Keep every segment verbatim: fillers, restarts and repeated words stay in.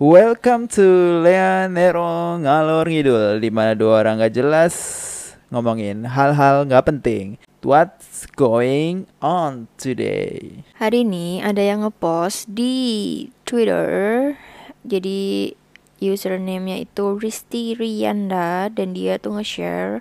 Welcome to Lea Nero Ngalor Ngidul, di mana dua orang gak jelas ngomongin hal-hal gak penting. What's going on today? Hari ini ada yang ngepost di Twitter. Jadi username-nya itu Risti Rianda, dan dia tuh nge-share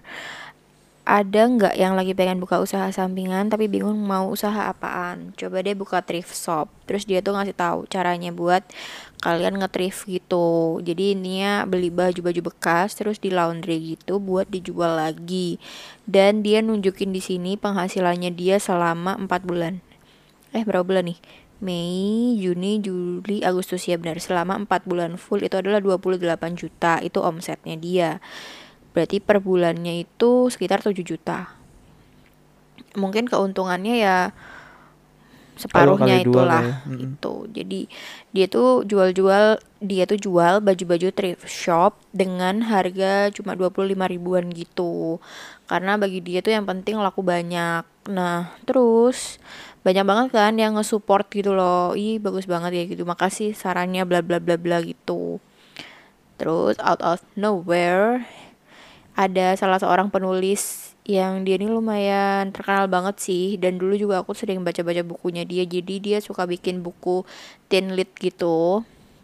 ada nggak yang lagi pengen buka usaha sampingan tapi bingung mau usaha apaan. Coba deh buka thrift shop. Terus dia tuh ngasih tahu caranya buat kalian nge-thrift gitu. Jadi intinya beli baju-baju bekas terus di laundry gitu buat dijual lagi. Dan dia nunjukin di sini penghasilannya dia selama empat bulan. Eh berapa bulan nih? Mei, Juni, Juli, Agustus, ya benar. Selama empat bulan full itu adalah dua puluh delapan juta. Itu omsetnya dia. Berarti per bulannya itu sekitar tujuh juta. Mungkin keuntungannya ya separuhnya itulah ya. Itu. Jadi dia tuh jual-jual, dia tuh jual baju-baju thrift shop dengan harga cuma dua puluh lima ribuan gitu. Karena bagi dia tuh yang penting laku banyak. Nah, terus banyak banget kan yang nge-support gitu loh. Ih, bagus banget ya gitu. Makasih sarannya bla bla bla bla gitu. Terus out of nowhere ada salah seorang penulis yang dia ini lumayan terkenal banget sih, dan dulu juga aku sering baca-baca bukunya dia. Jadi dia suka bikin buku teen lit gitu,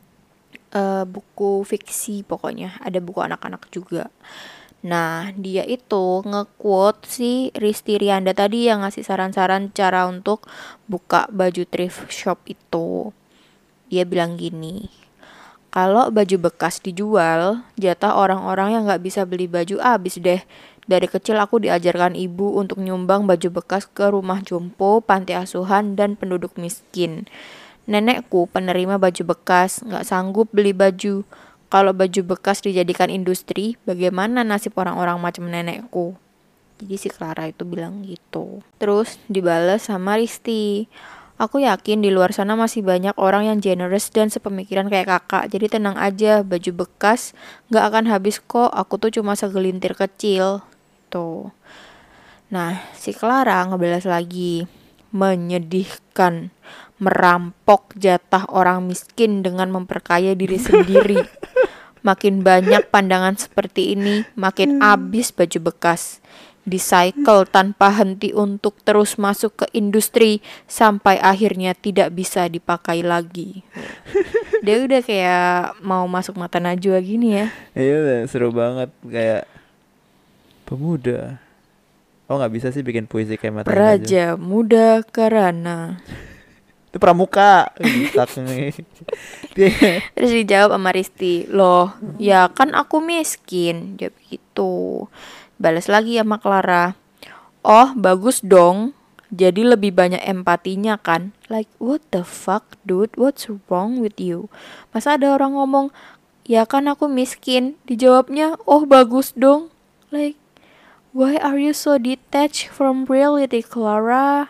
uh, buku fiksi pokoknya, ada buku anak-anak juga. Nah, dia itu nge-quote si Risti Rianda tadi yang ngasih saran-saran cara untuk buka baju thrift shop itu. Dia bilang gini, kalau baju bekas dijual, jatah orang-orang yang gak bisa beli baju abis deh. Dari kecil aku diajarkan ibu untuk nyumbang baju bekas ke rumah jompo, panti asuhan, dan penduduk miskin. Nenekku penerima baju bekas, gak sanggup beli baju. Kalau baju bekas dijadikan industri, bagaimana nasib orang-orang macam nenekku? Jadi si Clara itu bilang gitu. Terus dibalas sama Risti, aku yakin di luar sana masih banyak orang yang generous dan sepemikiran kayak kakak. Jadi tenang aja, baju bekas gak akan habis kok. Aku tuh cuma segelintir kecil. Tuh. Nah, si Clara ngebalas lagi, menyedihkan, merampok jatah orang miskin dengan memperkaya diri sendiri. Makin banyak pandangan seperti ini, makin habis baju bekas. Di-cycle tanpa henti untuk terus masuk ke industri sampai akhirnya tidak bisa dipakai lagi. Dia udah kayak mau masuk mata najwa gini ya. Iya, seru banget, kayak pemuda. Oh, nggak bisa sih bikin puisi kayak mata najwa. Praja muda karana. Itu pramuka. Terus dijawab sama Risti, loh ya kan aku miskin. Jawab gitu. Balas lagi sama Clara, oh bagus dong, jadi lebih banyak empatinya kan. Like what the fuck dude, what's wrong with you? Masa ada orang ngomong, ya kan aku miskin, dijawabnya oh bagus dong. Like why are you so detached from reality, Clara?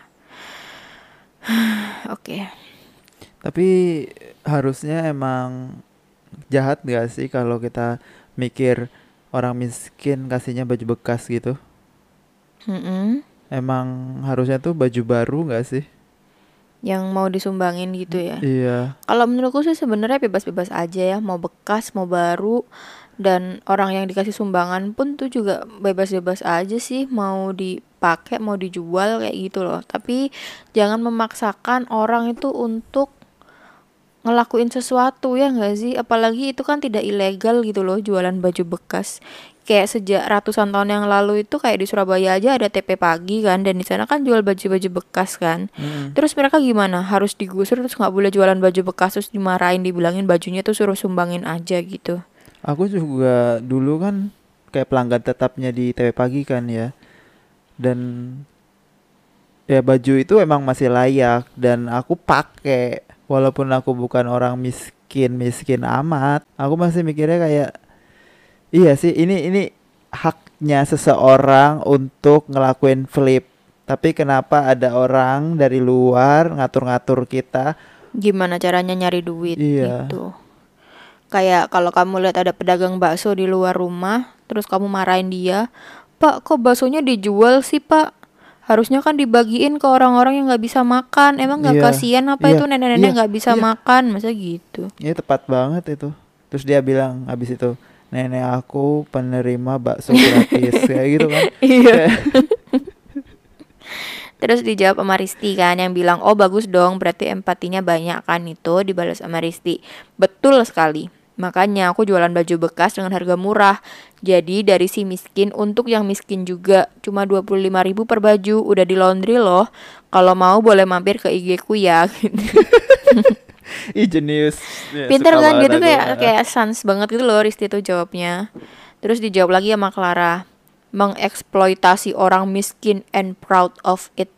Oke. Okay. Tapi harusnya emang jahat gak sih kalau kita mikir orang miskin kasihnya baju bekas gitu? Mm-mm. Emang harusnya tuh baju baru gak sih? Yang mau disumbangin gitu ya? Iya. Kalau menurutku sih sebenarnya bebas-bebas aja ya, mau bekas mau baru. Dan orang yang dikasih sumbangan pun tuh juga bebas-bebas aja sih, mau dipakai mau dijual kayak gitu loh. Tapi jangan memaksakan orang itu untuk ngelakuin sesuatu, ya nggak sih? Apalagi itu kan tidak ilegal gitu loh, jualan baju bekas. Kayak sejak ratusan tahun yang lalu itu kayak di Surabaya aja ada T P Pagi kan, dan di sana kan jual baju-baju bekas kan. Hmm. Terus mereka gimana? Harus digusur terus nggak boleh jualan baju bekas, terus dimarahin, dibilangin bajunya tuh suruh sumbangin aja gitu. Aku juga dulu kan kayak pelanggan tetapnya di T V Pagi kan ya. Dan ya baju itu emang masih layak dan aku pakai. Walaupun aku bukan orang miskin-miskin amat, aku masih mikirnya kayak iya sih, ini ini haknya seseorang untuk ngelakuin flip. Tapi kenapa ada orang dari luar ngatur-ngatur kita? Gimana caranya nyari duit Iya. gitu. Kayak kalau kamu lihat ada pedagang bakso di luar rumah, terus kamu marahin dia, "Pak, kok baksonya dijual sih, Pak? Harusnya kan dibagiin ke orang-orang yang nggak bisa makan. Emang nggak Iya, kasihan apa iya, itu nenek-nenek iya, nggak bisa iya. makan?" Masa gitu. Ini tepat banget itu. Terus dia bilang habis itu, nenek aku penerima bakso gratis kayak gitu kan. Iya. Kayak, Terus dijawab sama Risti kan yang bilang, oh bagus dong, berarti empatinya banyak kan. Itu dibalas sama Risti, betul sekali. Makanya aku jualan baju bekas dengan harga murah. Jadi dari si miskin untuk yang miskin juga. Cuma dua puluh lima ribu per baju. Udah di laundry loh. Kalau mau boleh mampir ke I G ku ya. ih jenius. Ya, Pinter suka kan banget gitu, aku. kayak kayak sans banget gitu loh Risti tuh jawabnya. Terus dijawab lagi sama Clara, mengeksploitasi orang miskin and proud of it.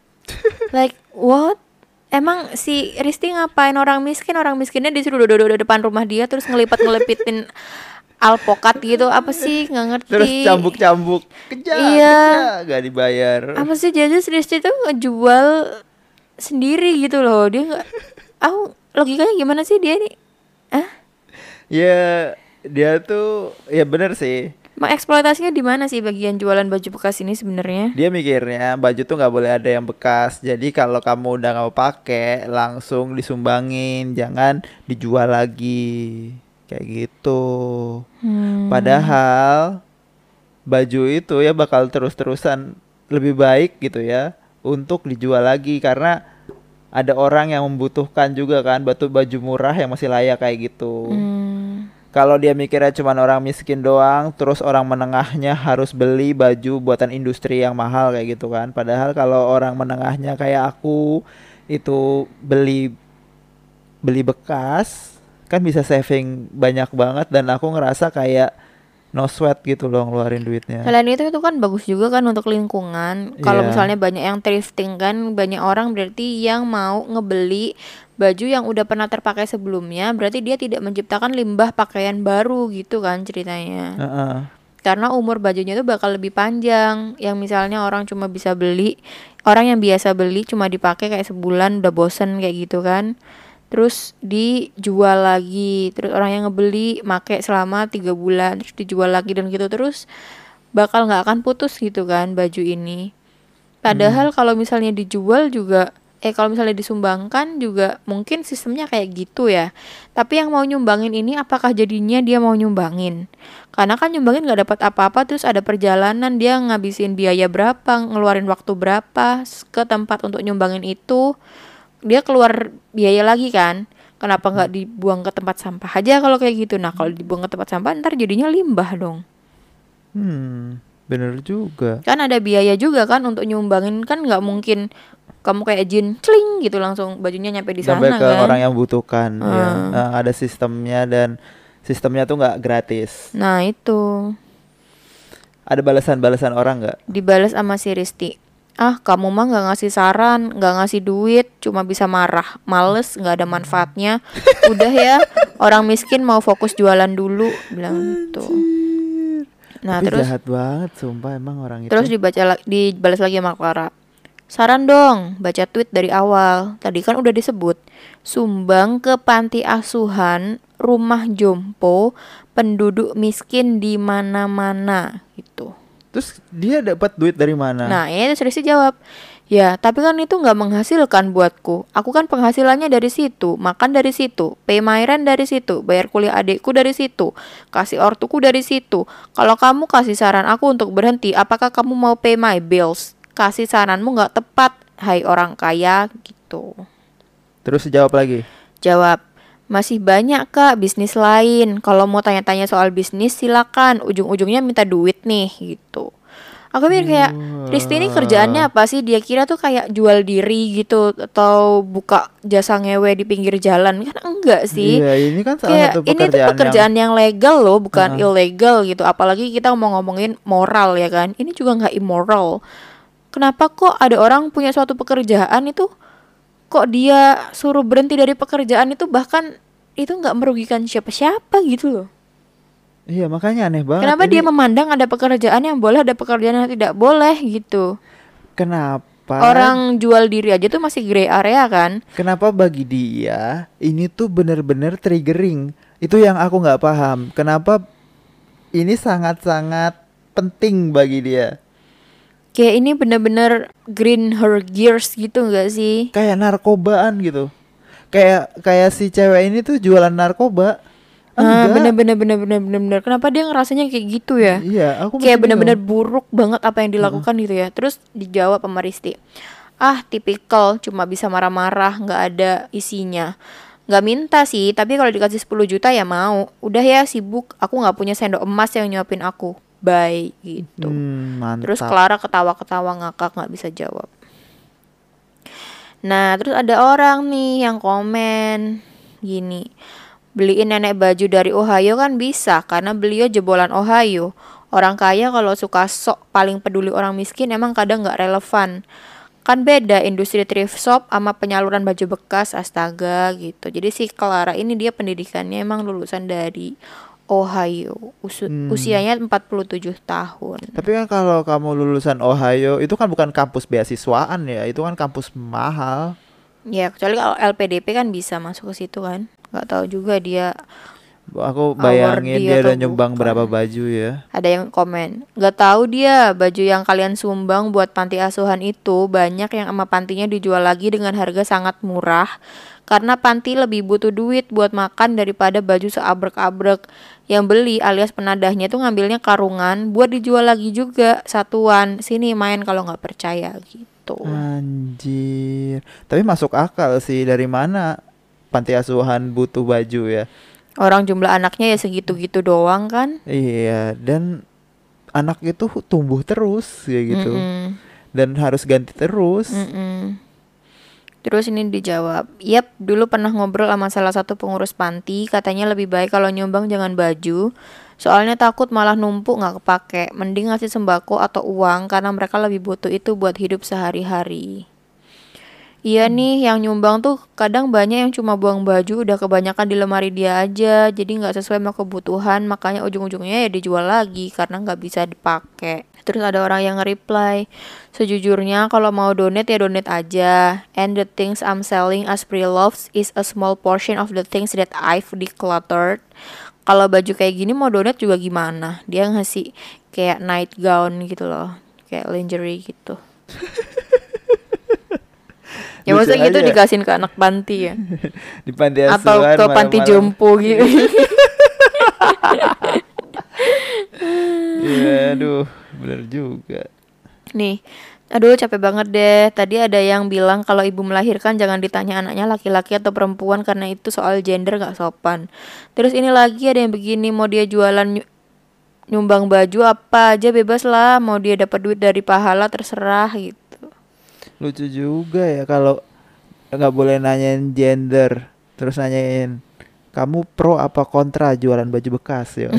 Like what? Emang si Risti ngapain orang miskin? Orang miskinnya disuruh duduk-duduk depan rumah dia terus ngelipat-ngelipitin alpokat gitu. Apa sih? Nggak ngerti. Terus cambuk-cambuk, kejar, Iya. kejar, gak dibayar. Apa sih, jadi Risti tuh ngejual sendiri gitu loh. Dia nggak, aku logikanya gimana sih dia nih? Ah, Ya dia tuh ya bener sih. mengeksploitasinya di mana sih bagian jualan baju bekas ini sebenarnya? Dia mikirnya baju tuh nggak boleh ada yang bekas. Jadi kalau kamu udah nggak mau pakai, langsung disumbangin, jangan dijual lagi. Kayak gitu. Hmm. Padahal baju itu ya bakal terus-terusan lebih baik gitu ya untuk dijual lagi karena ada orang yang membutuhkan juga kan batu baju murah yang masih layak kayak gitu. Hmm. Kalau dia mikirnya cuma orang miskin doang, terus orang menengahnya harus beli baju buatan industri yang mahal kayak gitu kan. Padahal kalau orang menengahnya kayak aku itu beli beli bekas kan bisa saving banyak banget dan aku ngerasa kayak no sweat gitu loh ngeluarin duitnya. Selain itu itu kan bagus juga kan untuk lingkungan. Kalau Iya. misalnya banyak yang thrifting kan, banyak orang berarti yang mau ngebeli baju yang udah pernah terpakai sebelumnya, berarti dia tidak menciptakan limbah pakaian baru gitu kan ceritanya. Heeh. Karena umur bajunya tuh bakal lebih panjang. Yang misalnya orang cuma bisa beli, orang yang biasa beli cuma dipakai kayak sebulan udah bosen kayak gitu kan. Terus dijual lagi, terus orang yang ngebeli make selama tiga bulan, terus dijual lagi dan gitu terus, bakal nggak akan putus gitu kan baju ini. Padahal kalau misalnya dijual juga, eh kalau misalnya disumbangkan juga mungkin sistemnya kayak gitu ya. Tapi yang mau nyumbangin ini apakah jadinya dia mau nyumbangin? Karena kan nyumbangin nggak dapat apa-apa, terus ada perjalanan, dia ngabisin biaya berapa, ngeluarin waktu berapa ke tempat untuk nyumbangin itu, dia keluar biaya lagi kan. Kenapa nggak dibuang ke tempat sampah aja kalau kayak gitu? Nah kalau dibuang ke tempat sampah ntar jadinya limbah dong. Hmm, bener juga. Kan ada biaya juga kan untuk nyumbangin, kan nggak mungkin kamu kayak jin cling gitu langsung bajunya nyampe di sana Sampai ke kan. orang yang butuhkan ya. Hmm. Nah, ada sistemnya dan sistemnya tuh nggak gratis. Nah itu Ada balasan-balasan orang nggak? dibalas sama si Risti. Ah kamu mah nggak ngasih saran, nggak ngasih duit, cuma bisa marah, males, nggak ada manfaatnya. Udah ya, orang miskin mau fokus jualan dulu, bilang gitu. Nah Tapi terus jahat banget sumpah emang orang itu. terus dibaca la- dibalas lagi sama Clara. Saran dong, baca tweet dari awal. Tadi kan udah disebut, sumbang ke panti asuhan, rumah jompo, penduduk miskin di mana-mana gitu. Terus dia dapat duit dari mana? Nah, ini terus Rizky jawab, ya tapi kan itu nggak menghasilkan buatku. Aku kan penghasilannya dari situ, makan dari situ, pay my rent dari situ, bayar kuliah adikku dari situ, kasih ortuku dari situ. Kalau kamu kasih saran aku untuk berhenti, apakah kamu mau pay my bills? Kasih saranmu nggak tepat, hai orang kaya gitu. Terus jawab lagi. Jawab, masih banyak kak bisnis lain. Kalau mau tanya-tanya soal bisnis silakan. Ujung-ujungnya minta duit nih gitu. Aku mikir kayak, Risti ini kerjaannya apa sih? Dia kira tuh kayak jual diri gitu atau buka jasa ngewe di pinggir jalan. Kan enggak sih. Iya, ini kan salah Kayak satu ini tuh pekerjaan, pekerjaan yang, legal loh, bukan Uh-uh. ilegal gitu. Apalagi kita mau ngomongin moral ya kan. Ini juga nggak immoral. Kenapa kok ada orang punya suatu pekerjaan itu kok dia suruh berhenti dari pekerjaan itu, bahkan itu nggak merugikan siapa-siapa gitu loh. Iya, makanya aneh banget. Kenapa Ini dia memandang ada pekerjaan yang boleh, ada pekerjaan yang tidak boleh gitu. kenapa Orang jual diri aja tuh masih grey area kan. Kenapa bagi dia ini tuh bener-bener triggering? Itu yang aku nggak paham. Kenapa ini sangat-sangat penting bagi dia? Kayak ini bener-bener green her gears gitu nggak sih? Kayak narkobaan gitu. Kayak kayak si cewek ini tuh jualan narkoba. Ah, Enggak. bener bener bener bener bener bener. Kenapa dia ngerasanya kayak gitu ya? Iya, aku Kayak masih bener-bener bingung. buruk banget apa yang Heeh. dilakukan gitu ya. Terus dijawab sama Risti, ah tipikal cuma bisa marah-marah, nggak ada isinya. Nggak minta sih, tapi kalau dikasih sepuluh juta ya mau. Udah ya sibuk, aku nggak punya sendok emas yang nyuapin aku. Bye gitu. Hmm, Terus mantap. Clara ketawa-ketawa ngakak nggak bisa jawab. Nah terus ada orang nih yang komen gini, beliin nenek baju dari Ohio kan bisa karena beliau jebolan Ohio. Orang kaya kalau suka sok paling peduli orang miskin emang kadang nggak relevan. Kan beda industri thrift shop sama penyaluran baju bekas, astaga gitu. Jadi si Clara ini dia pendidikannya emang lulusan dari Ohio. Usu- Hmm. usianya empat puluh tujuh tahun. Tapi kan kalau kamu lulusan Ohio itu kan bukan kampus beasiswaan ya, itu kan kampus mahal. Ya kecuali kalau L P D P kan bisa masuk ke situ kan. Nggak tahu juga dia Aku bayangin awardee dia atau udah nyumbang berapa bukan. baju ya. Ada yang komen, gak tahu dia baju yang kalian sumbang buat panti asuhan itu banyak yang sama pantinya dijual lagi dengan harga sangat murah. Karena panti lebih butuh duit buat makan daripada baju seabrek-abrek. Yang beli alias penadahnya tuh ngambilnya karungan buat dijual lagi juga satuan. Sini main kalau nggak percaya gitu. Anjir. Tapi masuk akal sih, dari mana panti asuhan butuh baju ya? Orang jumlah anaknya ya segitu-gitu doang kan. Iya, dan anak itu tumbuh terus ya gitu. Mm-mm. Dan harus ganti terus. Mm-mm. Terus ini dijawab, yap dulu pernah ngobrol sama salah satu pengurus panti, katanya lebih baik kalau nyumbang jangan baju, soalnya takut malah numpuk nggak kepake, mending ngasih sembako atau uang karena mereka lebih butuh itu buat hidup sehari-hari. Iya nih, yang nyumbang tuh kadang banyak yang cuma buang baju udah kebanyakan di lemari dia aja, jadi nggak sesuai sama kebutuhan, makanya ujung-ujungnya ya dijual lagi karena nggak bisa dipakai. Terus ada orang yang nge-reply, sejujurnya kalau mau donate ya donate aja, and the things I'm selling as pre-loved is a small portion of the things that I've decluttered. Kalau baju kayak gini mau donate juga gimana? Dia ngasih kayak night gown gitu loh, kayak lingerie gitu. Ya Lucu masa gitu aja. dikasihin ke anak panti ya? Di panti Atau asuhan ke panti malam-malam. jompo gitu? Iya, aduh, bener juga. Nih, aduh capek banget deh. Tadi ada yang bilang kalau ibu melahirkan jangan ditanya anaknya laki-laki atau perempuan karena itu soal gender gak sopan. Terus ini lagi ada yang begini, mau dia jualan ny- nyumbang baju apa aja bebas lah, mau dia dapat duit dari pahala terserah gitu. Lucu juga ya kalau nggak boleh nanyain gender, terus nanyain kamu pro apa kontra jualan baju bekas ya.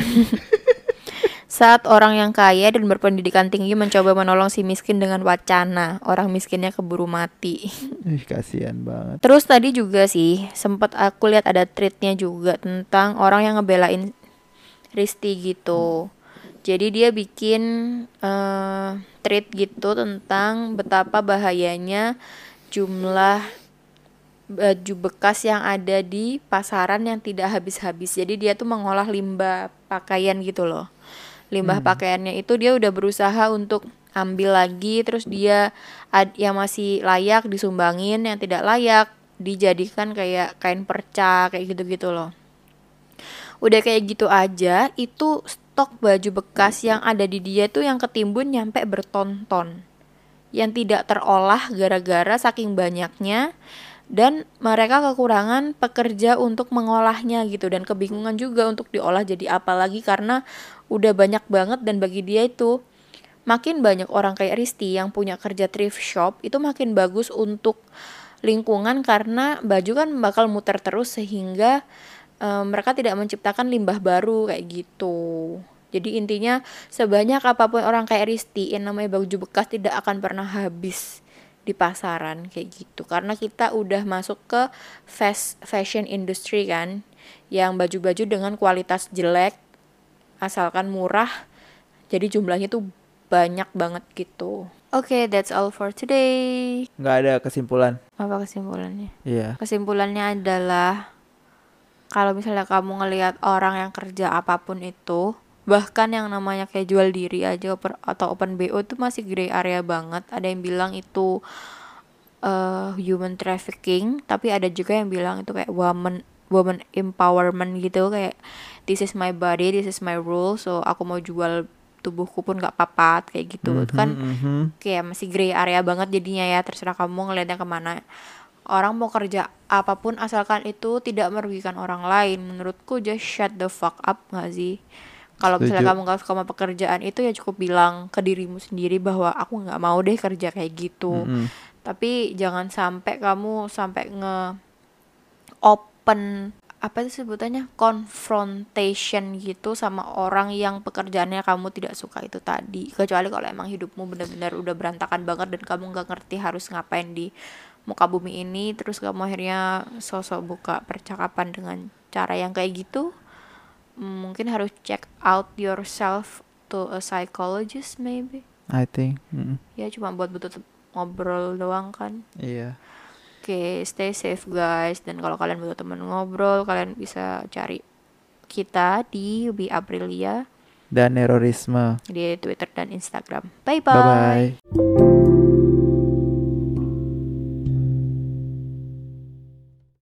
Saat orang yang kaya dan berpendidikan tinggi mencoba menolong si miskin dengan wacana, orang miskinnya keburu mati. Ih, kasihan banget. Terus tadi juga sih sempat aku lihat ada tweetnya juga tentang orang yang ngebelain Risti gitu. Jadi dia bikin eh, tweet gitu tentang betapa bahayanya jumlah baju bekas yang ada di pasaran yang tidak habis-habis. Jadi dia tuh mengolah limbah pakaian gitu loh. Limbah Hmm. pakaiannya itu dia udah berusaha untuk ambil lagi, terus dia ad, yang masih layak disumbangin, yang tidak layak dijadikan kayak kain perca kayak gitu-gitu loh. Udah kayak gitu aja, itu stok baju bekas yang ada di dia tuh yang ketimbun nyampe berton-ton. Yang tidak terolah gara-gara saking banyaknya dan mereka kekurangan pekerja untuk mengolahnya gitu dan kebingungan juga untuk diolah jadi apa lagi karena udah banyak banget dan bagi dia itu makin banyak orang kayak Risti yang punya kerja thrift shop itu makin bagus untuk lingkungan karena baju kan bakal muter terus sehingga eh, mereka tidak menciptakan limbah baru kayak gitu. Jadi intinya sebanyak apapun orang kayak Risti yang namanya baju bekas tidak akan pernah habis di pasaran kayak gitu. Karena kita udah masuk ke fast fashion industry kan, yang baju-baju dengan kualitas jelek asalkan murah. Jadi jumlahnya tuh banyak banget gitu. Oke, okay, that's all for today. Nggak ada kesimpulan. Apa kesimpulannya? Iya. Kesimpulannya adalah kalau misalnya kamu ngelihat orang yang kerja apapun itu, bahkan yang namanya kayak jual diri aja atau open B O itu masih gray area banget. Ada yang bilang itu uh, human trafficking, tapi ada juga yang bilang itu kayak woman woman empowerment gitu, kayak this is my body, this is my rule, so aku mau jual tubuhku pun gak apa-apa kayak gitu. Itu kan Mhm, mhm. kayak masih gray area banget jadinya ya, terserah kamu ngelihatnya kemana. Orang mau kerja apapun asalkan itu tidak merugikan orang lain, menurutku just shut the fuck up gak sih? Kalau misalnya Setuju. kamu gak suka sama pekerjaan itu, ya cukup bilang ke dirimu sendiri bahwa aku gak mau deh kerja kayak gitu. Mm-mm. Tapi jangan sampai kamu sampai nge open, apa sih sebutannya, confrontation gitu sama orang yang pekerjaannya kamu tidak suka itu tadi. Kecuali kalau emang hidupmu benar-benar udah berantakan banget dan kamu nggak ngerti harus ngapain di muka bumi ini, terus kamu akhirnya sosok buka percakapan dengan cara yang kayak gitu, mungkin harus check out yourself to a psychologist maybe. I think. Mm-mm. Ya cuma buat butuh ngobrol doang kan. Iya. Oke, stay safe guys. Dan kalau kalian butuh teman ngobrol, kalian bisa cari kita di Ubi Aprilia Dan nerorisme. di Twitter dan Instagram. Bye Bye bye. bye.